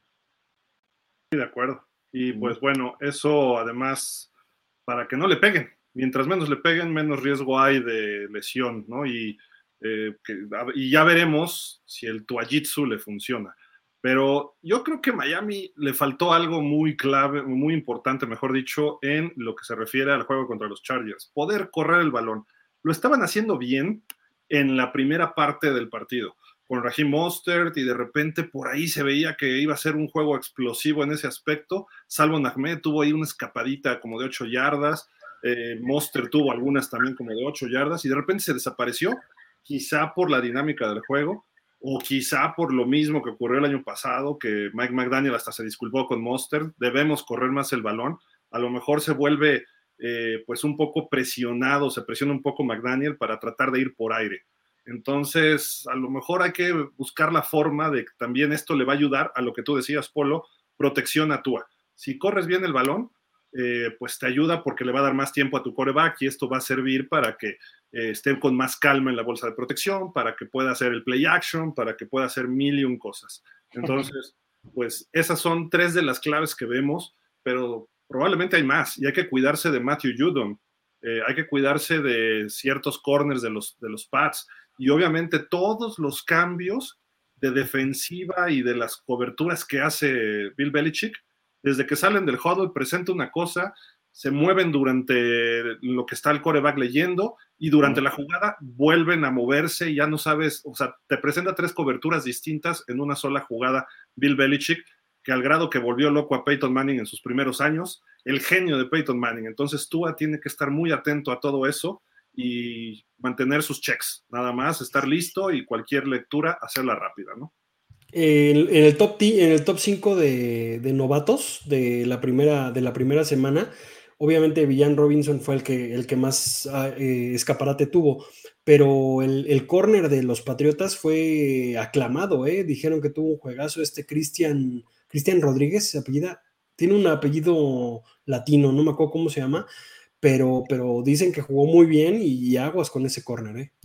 Sí, de acuerdo. Y pues bueno, eso además, para que no le peguen, mientras menos le peguen, menos riesgo hay de lesión, ¿no? Y, eh, que, y ya veremos si el Tua-Jitsu le funciona. Pero yo creo que Miami le faltó algo muy clave, muy importante, mejor dicho, en lo que se refiere al juego contra los Chargers. Poder correr el balón. Lo estaban haciendo bien en la primera parte del partido, con Raheem Mostert, y de repente por ahí se veía que iba a ser un juego explosivo en ese aspecto. Salvon Ahmed tuvo ahí una escapadita como de ocho yardas, eh, Mostert tuvo algunas también como de ocho yardas, y de repente se desapareció, quizá por la dinámica del juego, o quizá por lo mismo que ocurrió el año pasado, que Mike McDaniel hasta se disculpó con Mostert. Debemos correr más el balón, a lo mejor se vuelve eh, pues un poco presionado, se presiona un poco McDaniel para tratar de ir por aire. Entonces, a lo mejor hay que buscar la forma de que también esto le va a ayudar a lo que tú decías, Polo, protección a Tua. Si corres bien el balón, eh, pues te ayuda porque le va a dar más tiempo a tu quarterback, y esto va a servir para que eh, esté con más calma en la bolsa de protección, para que pueda hacer el play action, para que pueda hacer mil y un cosas. Entonces, pues esas son tres de las claves que vemos, pero probablemente hay más, y hay que cuidarse de Matthew Judon, eh, hay que cuidarse de ciertos corners de los, de los Pats, y obviamente todos los cambios de defensiva y de las coberturas que hace Bill Belichick, desde que salen del huddle presenta una cosa, se mueven durante lo que está el quarterback leyendo, y durante la jugada vuelven a moverse y ya no sabes, o sea, te presenta tres coberturas distintas en una sola jugada Bill Belichick, que al grado que volvió loco a Peyton Manning en sus primeros años, el genio de Peyton Manning. Entonces Tua tiene que estar muy atento a todo eso y mantener sus checks, nada más, estar listo, y cualquier lectura hacerla rápida, ¿no? En, en el top en el top cinco de, de novatos de la primera de la primera semana, obviamente Villan Robinson fue el que, el que más eh, escaparate tuvo, pero el, el corner de los Patriotas fue aclamado, ¿eh? Dijeron que tuvo un juegazo este Cristian Cristian Rodríguez, se apellida, tiene un apellido latino, no me acuerdo cómo se llama, pero, pero dicen que jugó muy bien, y aguas con ese corner, ¿eh?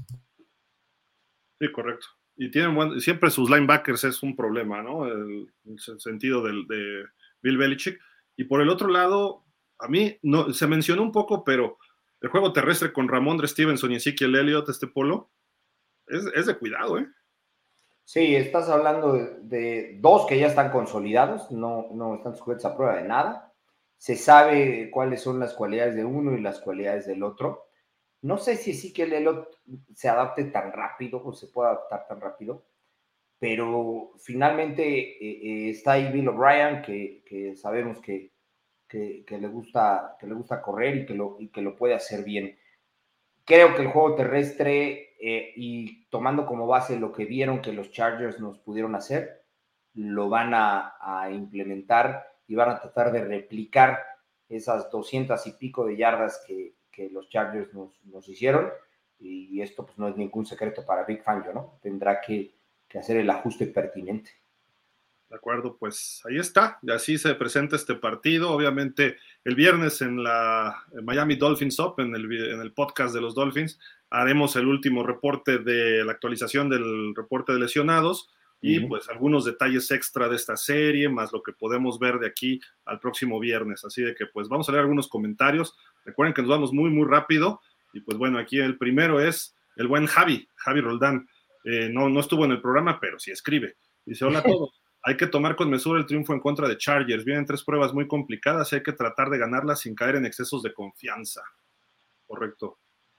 Sí, correcto. Y tienen buen, siempre sus linebackers es un problema, ¿no? El, el sentido del, de Bill Belichick. Y por el otro lado, a mí no, se mencionó un poco, pero el juego terrestre con Ramondre Stevenson y Ezekiel Elliott, este Polo, es, es de cuidado, ¿eh? Sí, estás hablando de, de dos que ya están consolidados, no, no están sujetos a prueba de nada. Se sabe cuáles son las cualidades de uno y las cualidades del otro. No sé si sí que el Elliott se adapte tan rápido o se pueda adaptar tan rápido, pero finalmente eh, eh, está ahí Bill O'Brien, que, que sabemos que, que, que, le gusta, que le gusta correr y que, lo, y que lo puede hacer bien. Creo que el juego terrestre, eh, y tomando como base lo que vieron que los Chargers nos pudieron hacer, lo van a, a implementar y van a tratar de replicar esas doscientas y pico de yardas que, que los Chargers nos, nos hicieron, y esto pues no es ningún secreto para Vic Fangio, ¿no? Tendrá que, que hacer el ajuste pertinente. De acuerdo, pues ahí está, y así se presenta este partido. Obviamente el viernes en la Miami Dolphins Up, en el, en el podcast de los Dolphins, haremos el último reporte de la actualización del reporte de lesionados, y uh-huh. pues algunos detalles extra de esta serie, más lo que podemos ver de aquí al próximo viernes. Así de que pues vamos a leer algunos comentarios. Recuerden que nos vamos muy muy rápido, y pues bueno, aquí el primero es el buen Javi, Javi Roldán. Eh, no, no estuvo en el programa, pero sí escribe. Dice: hola a todos. Hay que tomar con mesura el triunfo en contra de Chargers. Vienen tres pruebas muy complicadas y hay que tratar de ganarlas sin caer en excesos de confianza. Correcto.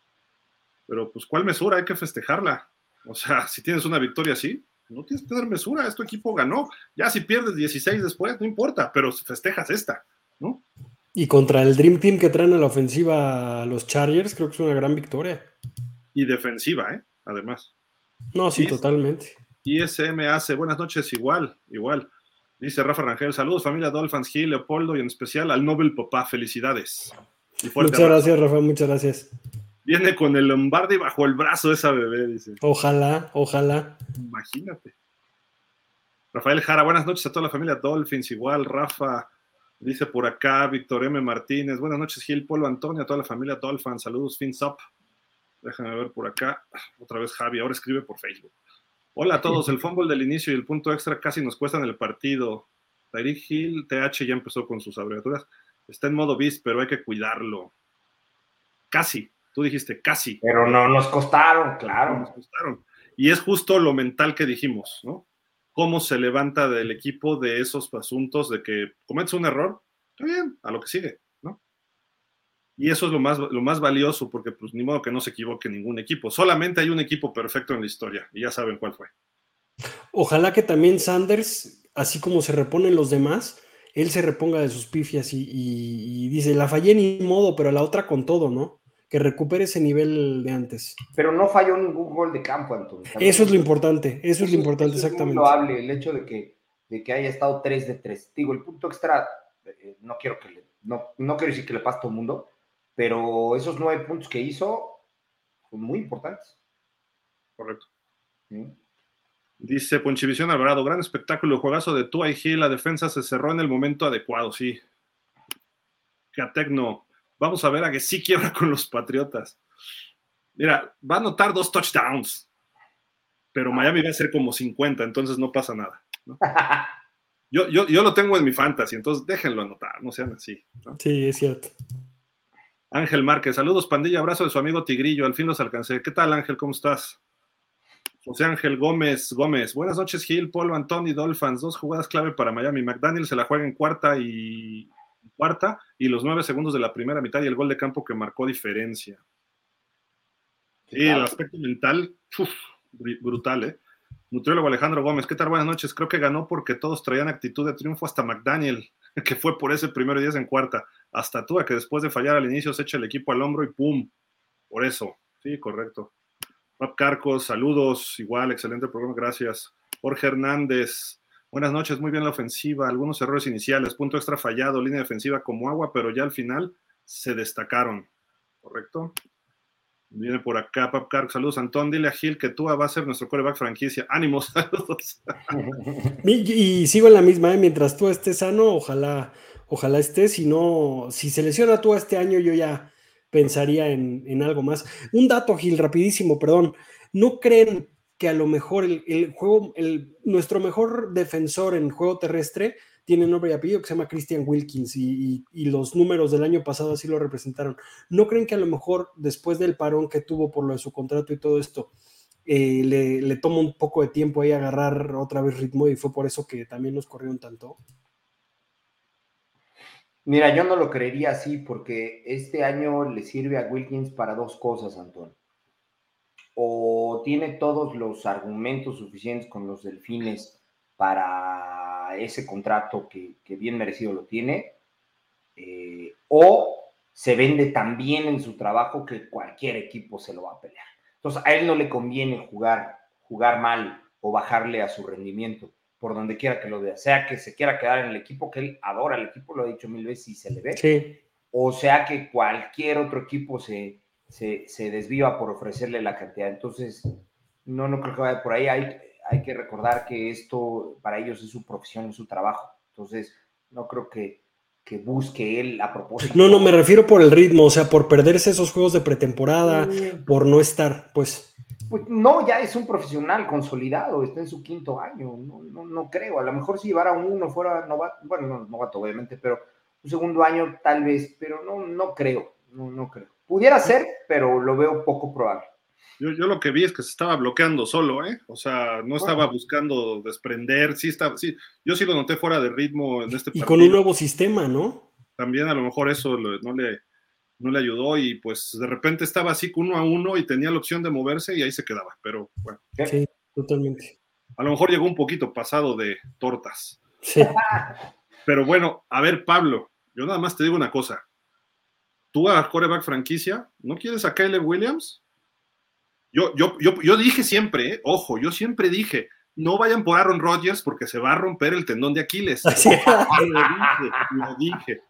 Pero, pues, ¿cuál mesura? Hay que festejarla. O sea, si tienes una victoria así, no tienes que tener mesura. Este equipo ganó. Ya si pierdes dieciséis después, no importa, pero festejas esta, ¿no? Y contra el Dream Team que traen a la ofensiva a los Chargers, creo que es una gran victoria. Y defensiva, ¿eh? Además. No, sí, y, totalmente. I S M hace, buenas noches, igual, igual. Dice Rafa Rangel, saludos familia Dolphins, Gil, Leopoldo y en especial al Nobel Papá, felicidades. Y muchas abrazo. gracias, Rafa, muchas gracias. Viene con el Lombardi bajo el brazo esa bebé, dice. Ojalá, ojalá. Imagínate. Rafael Jara, buenas noches a toda la familia Dolphins, igual, Rafa, dice por acá, Víctor M. Martínez, buenas noches, Gil, Polo, Antonio, a toda la familia Dolphins, saludos, fins up. Déjame ver por acá, otra vez Javi, ahora escribe por Facebook. Hola a todos, el fumble del inicio y el punto extra casi nos cuestan el partido. Tyreek Hill, T H ya empezó con sus abreviaturas. Está en modo beast, pero hay que cuidarlo. Casi, tú dijiste casi. Pero no nos costaron, claro. No nos costaron. Y es justo lo mental que dijimos, ¿no? Cómo se levanta del equipo de esos asuntos de que cometes un error, está bien, a lo que sigue, ¿no? Y eso es lo más, lo más valioso, porque pues ni modo que no se equivoque ningún equipo. Solamente hay un equipo perfecto en la historia, y ya saben cuál fue. Ojalá que también Sanders, así como se reponen los demás, él se reponga de sus pifias y, y, y dice, la fallé ni modo, pero la otra con todo, ¿no? Que recupere ese nivel de antes. Pero no falló ningún gol de campo, Antonio. Eso es lo importante, eso, eso es lo importante, eso exactamente. Es muy loable, el hecho de que, de que haya estado tres de tres. Digo, el punto extra, eh, no quiero que le, no, no quiero decir que le pase a todo el mundo, pero esos nueve puntos que hizo son muy importantes. Correcto. ¿Sí? Dice Ponchivisión Alvarado, gran espectáculo, juegazo de Tua y Gil, la defensa se cerró en el momento adecuado, sí. Catecno, vamos a ver a que sí quiebra con los Patriotas. Mira, va a anotar dos touchdowns, pero Miami va a ser como cincuenta, entonces no pasa nada, ¿no? Yo, yo, yo lo tengo en mi fantasy, entonces déjenlo anotar, no sean así, ¿no? Sí, es cierto. Ángel Márquez, saludos pandilla, abrazo de su amigo Tigrillo, al fin los alcancé. ¿Qué tal, Ángel? ¿Cómo estás? José Ángel Gómez Gómez, buenas noches, Gil, Polo, Anthony, Dolphins, dos jugadas clave para Miami. McDaniel se la juega en cuarta y cuarta y los nueve segundos de la primera mitad y el gol de campo que marcó diferencia. Sí, el aspecto mental, uf, brutal, ¿eh? Nutriólogo Alejandro Gómez, ¿qué tal? Buenas noches. Creo que ganó porque todos traían actitud de triunfo, hasta McDaniel, que fue por ese primero y diez en cuarta. Hasta Tua, que después de fallar al inicio se echa el equipo al hombro y ¡pum! Por eso. Sí, correcto. Rob Carcos, saludos. Igual, excelente programa, gracias. Jorge Hernández, buenas noches. Muy bien la ofensiva. Algunos errores iniciales, punto extra fallado, línea defensiva como agua, pero ya al final se destacaron. ¿Correcto? Viene por acá, Pap Carcos, saludos. Antón, dile a Gil que Tua va a ser nuestro quarterback franquicia. Ánimos, saludos. Y, y sigo en la misma, ¿eh? Mientras Tua esté sano, ojalá, ojalá esté. Si no, si se lesiona Tua este año, yo ya pensaría en, en algo más. Un dato, Gil, rapidísimo, perdón. ¿No creen que a lo mejor el, el juego, el, nuestro mejor defensor en juego terrestre tiene nombre y apellido que se llama Christian Wilkins y, y, y los números del año pasado así lo representaron? ¿No creen que a lo mejor después del parón que tuvo por lo de su contrato y todo esto, eh, le, le toma un poco de tiempo ahí agarrar otra vez ritmo y fue por eso que también nos corrieron tanto? Mira, yo no lo creería así porque este año le sirve a Wilkins para dos cosas, Antonio. O tiene todos los argumentos suficientes con los Delfines para ese contrato que, que bien merecido lo tiene, eh, o se vende tan bien en su trabajo que cualquier equipo se lo va a pelear. Entonces, a él no le conviene jugar, jugar mal o bajarle a su rendimiento, por donde quiera que lo vea. Sea que se quiera quedar en el equipo, que él adora el equipo, lo ha dicho mil veces y se le ve. Sí. O sea que cualquier otro equipo se, se, se desviva por ofrecerle la cantidad. Entonces, no, no creo que vaya por ahí. Hay, hay que recordar que esto para ellos es su profesión, es su trabajo. Entonces, no creo que, que busque él a propósito. No, no, me refiero por el ritmo, o sea, por perderse esos juegos de pretemporada, mm. por no estar, pues. Pues no, ya es un profesional consolidado, está en su quinto año, no, no, no creo. A lo mejor si llevara uno fuera novato, bueno, no novato obviamente, pero un segundo año tal vez, pero no, no creo, no, no creo. Pudiera ser, pero lo veo poco probable. Yo, yo lo que vi es que se estaba bloqueando solo, ¿eh? O sea, no estaba buscando desprender, sí estaba, sí, yo sí lo noté fuera de ritmo en este Y partido. con un nuevo sistema, ¿no? También a lo mejor eso lo, no, le, no le ayudó y pues de repente estaba así uno a uno y tenía la opción de moverse y ahí se quedaba, pero bueno. Sí, totalmente. A lo mejor llegó un poquito pasado de tortas. Sí. Pero bueno, a ver, Pablo, yo nada más te digo una cosa. Tú a quarterback franquicia, ¿no quieres a Caleb Williams? Yo, yo, yo, yo dije siempre, ¿eh? Ojo, yo siempre dije, no vayan por Aaron Rodgers porque se va a romper el tendón de Aquiles. Así. Lo dije, lo dije.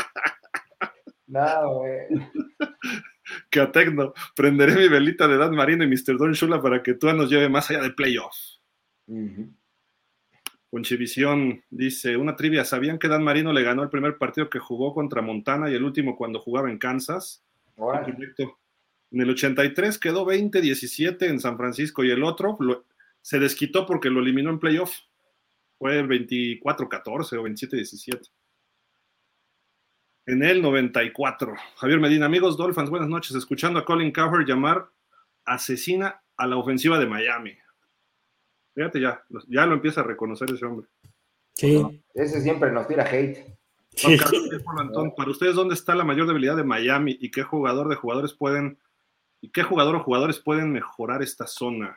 No, güey. Que a Tecno, prenderé mi velita de Dan Marino y mister Don Shula para que tú nos lleve más allá de playoffs. Uh-huh. Conchivisión dice, una trivia, ¿sabían que Dan Marino le ganó el primer partido que jugó contra Montana y el último cuando jugaba en Kansas? Bueno. En el ochenta y tres quedó veinte diecisiete en San Francisco y el otro lo, se desquitó porque lo eliminó en playoff. Fue veinticuatro catorce o veintisiete diecisiete. En el noventa y cuatro. Javier Medina, amigos Dolphins, buenas noches. Escuchando a Colin Cowherd llamar asesina a la ofensiva de Miami. Fíjate ya, ya lo empieza a reconocer ese hombre. Sí. Bueno, ese siempre nos tira hate. Juan Carlos, Antón, para ustedes, ¿dónde está la mayor debilidad de Miami y qué jugador de jugadores pueden y qué jugador o jugadores pueden mejorar esta zona?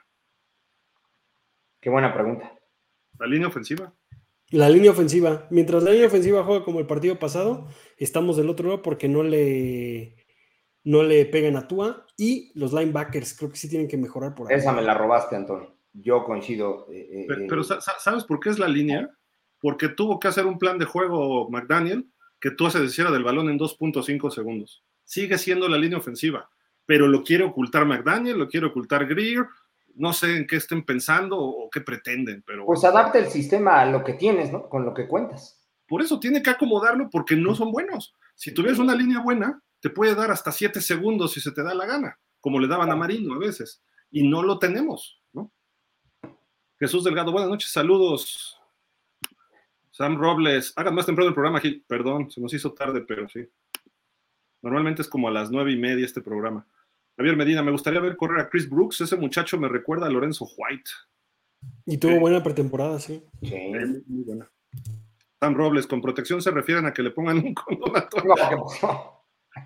Qué buena pregunta. La línea ofensiva. La línea ofensiva. Mientras la línea ofensiva juega como el partido pasado, estamos del otro lado porque no le no le pegan a Tua y los linebackers creo que sí tienen que mejorar por ahí. Esa me la robaste, Antón. Yo coincido. Eh, pero, eh, pero ¿sabes por qué es la línea? Porque tuvo que hacer un plan de juego McDaniel que Tua se deshiciera del balón en dos punto cinco segundos. Sigue siendo la línea ofensiva, pero lo quiere ocultar McDaniel, lo quiere ocultar Greer. No sé en qué estén pensando o qué pretenden, pero... Pues adapta el sistema a lo que tienes, ¿no? Con lo que cuentas. Por eso tiene que acomodarlo porque no son buenos. Si tuvieras una línea buena, te puede dar hasta siete segundos si se te da la gana, como le daban a Marino a veces. Y no lo tenemos, ¿no? Jesús Delgado, buenas noches, saludos. Sam Robles, hagan más temprano el programa, Gil. Perdón, se nos hizo tarde, pero sí. Normalmente es como a las nueve y media este programa. Javier Medina, me gustaría ver correr a Chris Brooks. Ese muchacho me recuerda a Lorenzo White. Y tuvo eh, buena pretemporada, sí. Sí. Eh, muy, muy buena. Sam Robles, con protección se refieren a que le pongan un condón a todo. No, ¿qué pasó?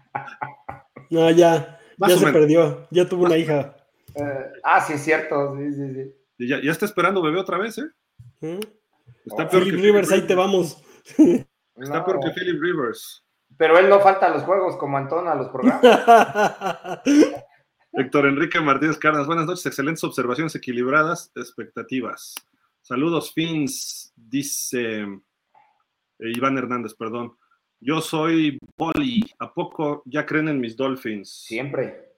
No, ya, Más ya o se menos. perdió. Ya tuvo una hija. Eh, ah, sí, es cierto. Sí, sí, sí. Y ya, ya está esperando bebé otra vez, ¿eh? ¿Eh? Está oh, peor Philip que Rivers, Philip ahí te vamos. Está No. peor que Philip Rivers. Pero él no falta a los juegos como Antón a los programas. Héctor Enrique Martínez Cárdenas, buenas noches, excelentes observaciones equilibradas, expectativas. Saludos, Fins, dice eh, Iván Hernández, perdón. Yo soy Poli, ¿a poco ya creen en mis Dolphins? Siempre.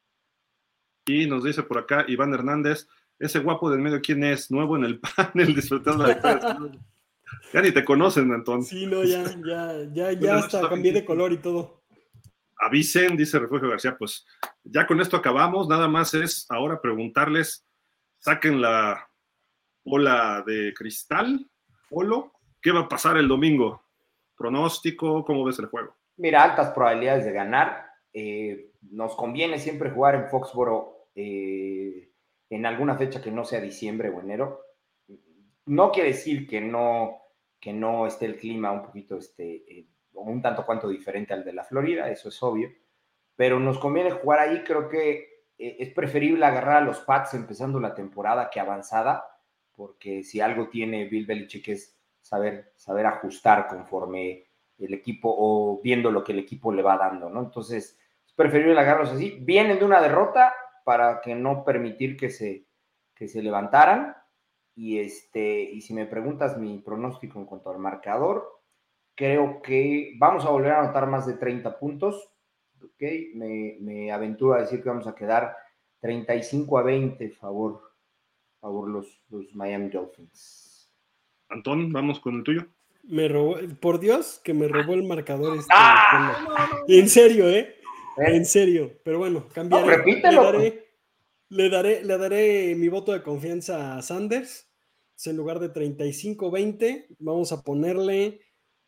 Y nos dice por acá Iván Hernández, ese guapo del medio, ¿quién es? Nuevo en el panel, disfrutando la victoria. Ya ni te conocen, Antón. Sí, no, ya, ya, ya, ya hasta cambié de color y todo. Avisen, dice Refugio García, pues ya con esto acabamos, nada más es ahora preguntarles, saquen la bola de cristal, Polo, ¿qué va a pasar el domingo? ¿Pronóstico? ¿Cómo ves el juego? Mira, altas probabilidades de ganar. Eh, nos conviene siempre jugar en Foxboro eh, en alguna fecha que no sea diciembre o enero. No quiere decir que no, que no esté el clima un poquito, este, eh, un tanto cuanto diferente al de la Florida, eso es obvio, pero nos conviene jugar ahí. Creo que eh, es preferible agarrar a los Pats empezando la temporada que avanzada, porque si algo tiene Bill Belichick es saber, saber ajustar conforme el equipo o viendo lo que el equipo le va dando, ¿no? Entonces, es preferible agarrarlos así. Vienen de una derrota para que no permitir que se, que se levantaran. Y, este, y si me preguntas mi pronóstico en cuanto al marcador, creo que vamos a volver a anotar más de treinta puntos. ¿Okay? Me, me aventuro a decir que vamos a quedar treinta y cinco a veinte favor, favor los, los Miami Dolphins. Antón, vamos con el tuyo. Me robó, por Dios, que me robó el marcador este. ¡Ah! En serio, ¿eh? ¿Eh? En serio. Pero bueno, cambiaré. No, repítelo. Le daré, le, daré, le daré mi voto de confianza a Sanders. En lugar de treinta y cinco veinte, vamos a ponerle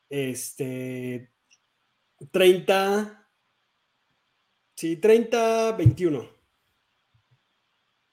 este treinta, sí, treinta veintiuno.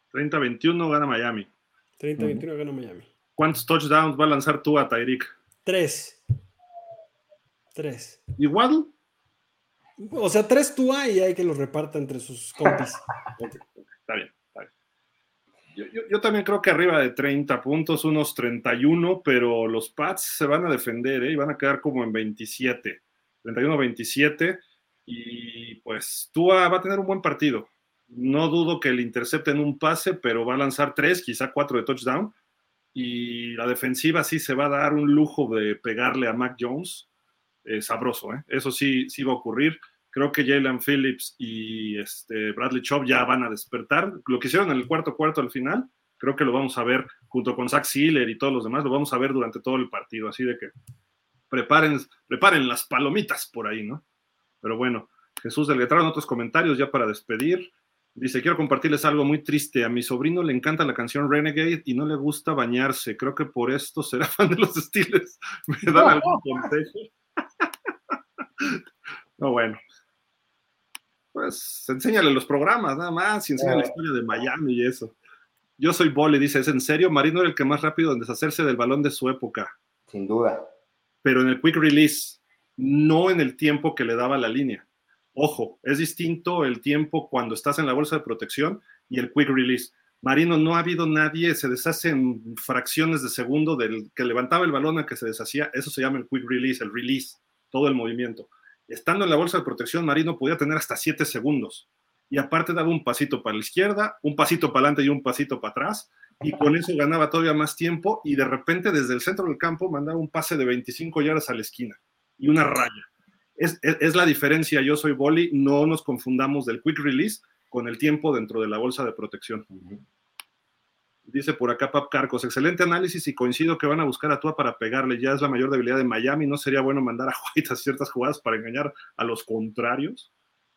treinta a veintiuno gana Miami. treinta a veintiuno uh-huh. gana Miami. ¿Cuántos touchdowns va a lanzar tú a Tyreek? Tres. Tres. ¿Y Waddle? O sea, tres Tua y hay que los reparta entre sus compis. Okay, okay, está bien, está bien. Yo, yo, yo también creo que arriba de treinta puntos, unos treinta y uno, pero los Pats se van a defender, ¿eh? Y van a quedar como en veintisiete. treinta y uno a veintisiete. Y pues Tua va a tener un buen partido. No dudo que le intercepten un pase, pero va a lanzar tres, quizá cuatro de touchdown. Y la defensiva sí se va a dar un lujo de pegarle a Mac Jones. Eh, sabroso, ¿eh? Eso sí, sí va a ocurrir. Creo que Jalen Phillips y este Bradley Chubb ya van a despertar. Lo que hicieron en el cuarto cuarto al final, creo que lo vamos a ver junto con Zach Sealer y todos los demás, lo vamos a ver durante todo el partido. Así de que preparen, preparen las palomitas por ahí, ¿no? Pero bueno, Jesús del Letrado en otros comentarios ya para despedir. Dice, quiero compartirles algo muy triste. A mi sobrino le encanta la canción Renegade y no le gusta bañarse. Creo que por esto será fan de los Steelers. ¿Me dan algún consejo? No, bueno. Pues enséñale los programas, nada más, y enseña la historia de Miami y eso. Yo soy Boli, dice, ¿es en serio? Marino era el que más rápido en deshacerse del balón de su época. Sin duda. Pero en el quick release, no en el tiempo que le daba la línea. Ojo, es distinto el tiempo cuando estás en la bolsa de protección y el quick release. Marino, no ha habido nadie, se deshace en fracciones de segundo del que levantaba el balón a que se deshacía. Eso se llama el quick release, el release, todo el movimiento. Estando en la bolsa de protección, Marino podía tener hasta siete segundos. Y aparte daba un pasito para la izquierda, un pasito para adelante y un pasito para atrás. Y con eso ganaba todavía más tiempo. Y de repente, desde el centro del campo, mandaba un pase de veinticinco yardas a la esquina. Y una raya. Es, es, es la diferencia. Yo soy Boli. No nos confundamos del quick release con el tiempo dentro de la bolsa de protección. Uh-huh. Dice por acá Pap Carcos, excelente análisis y coincido que van a buscar a Tua para pegarle, ya es la mayor debilidad de Miami, ¿no sería bueno mandar a White a ciertas jugadas para engañar a los contrarios?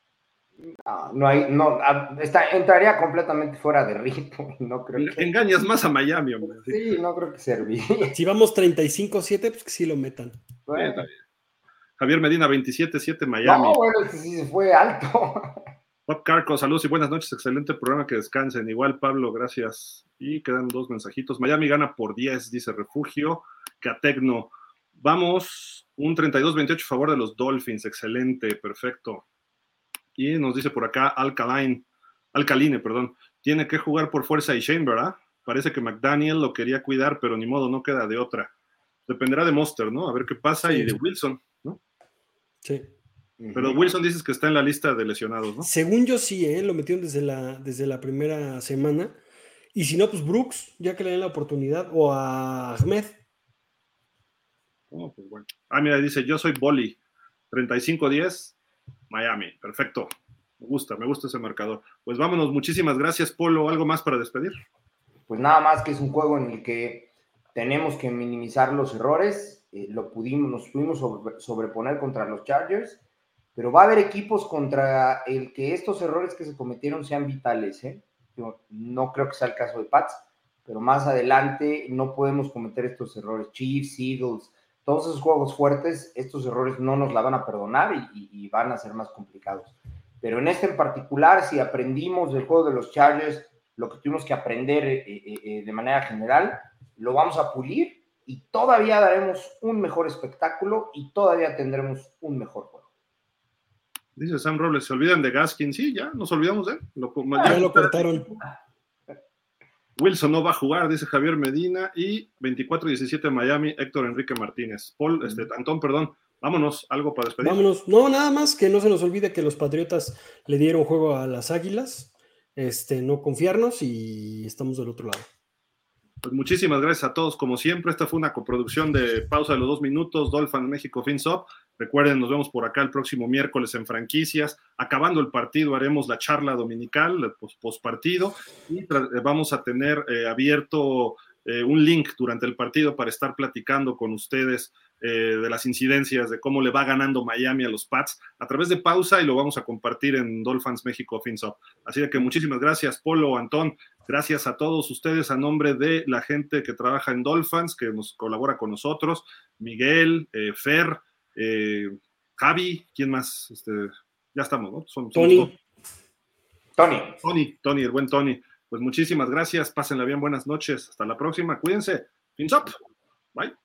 No, no hay, no, está, entraría completamente fuera de ritmo, no creo que... Engañas más a Miami, hombre. Sí, sí no creo que serviría. Si vamos treinta y cinco siete, pues que sí lo metan. Bueno. Está bien. Javier Medina, veintisiete siete Miami. No, bueno, este sí se fue alto. Pop Carco, saludos y buenas noches, excelente programa, que descansen. Igual, Pablo, gracias. Y quedan dos mensajitos. Miami gana por diez, dice Refugio. Catecno, vamos, un treinta y dos veintiocho a favor de los Dolphins, excelente, perfecto. Y nos dice por acá Alcaline, Alcaline, perdón, tiene que jugar por fuerza y Shane, ¿verdad? Parece que McDaniel lo quería cuidar, pero ni modo, no queda de otra. Dependerá de Monster, ¿no? A ver qué pasa, sí. Y de Wilson, ¿no? Sí. Pero Wilson dices que está en la lista de lesionados, ¿no? Según yo sí, ¿eh? Lo metieron desde la, desde la primera semana. Y si no, pues Brooks, ya que le den la oportunidad, o a Ahmed. Oh, pues bueno. Ah, mira, dice, yo soy Boli, treinta y cinco diez, Miami, perfecto. Me gusta, me gusta ese marcador. Pues vámonos, muchísimas gracias, Polo. ¿Algo más para despedir? Pues nada más que es un juego en el que tenemos que minimizar los errores. Eh, lo pudimos, nos pudimos sobre, sobreponer contra los Chargers. Pero va a haber equipos contra el que estos errores que se cometieron sean vitales, ¿eh? Yo no creo que sea el caso de Pats, pero más adelante no podemos cometer estos errores. Chiefs, Eagles, todos esos juegos fuertes, estos errores no nos la van a perdonar y, y, y van a ser más complicados. Pero en este en particular, si aprendimos del juego de los Chargers, lo que tuvimos que aprender eh, eh, de manera general, lo vamos a pulir y todavía daremos un mejor espectáculo y todavía tendremos un mejor juego. Dice Sam Robles, ¿se olvidan de Gaskin? Sí, ya, nos olvidamos de él. Lo, ya, ya lo cortaron. Wilson no va a jugar, dice Javier Medina. Y veinticuatro diecisiete Miami, Héctor Enrique Martínez. Paul, este, Antón, perdón. Vámonos, algo para despedir. Vámonos. No, nada más que no se nos olvide que los Patriotas le dieron juego a las Águilas. Este, no confiarnos y estamos del otro lado. Pues muchísimas gracias a todos, como siempre. Esta fue una coproducción de Pausa de los Dos Minutos, Dolphins México FinSop. Recuerden, nos vemos por acá el próximo miércoles en franquicias. Acabando el partido haremos la charla dominical, post, post partido, y vamos a tener eh, abierto eh, un link durante el partido para estar platicando con ustedes eh, de las incidencias, de cómo le va ganando Miami a los Pats a través de Pausa, y lo vamos a compartir en Dolphins México FinSop. Así que muchísimas gracias, Polo, Antón. Gracias a todos ustedes a nombre de la gente que trabaja en Dolphins, que nos colabora con nosotros, Miguel, eh, Fer, eh, Javi, ¿quién más? Este, ya estamos, ¿no? Son, Tony. Tony. Tony, Tony, el buen Tony. pues muchísimas gracias, pásenla bien, buenas noches, hasta la próxima, cuídense, fins up, bye.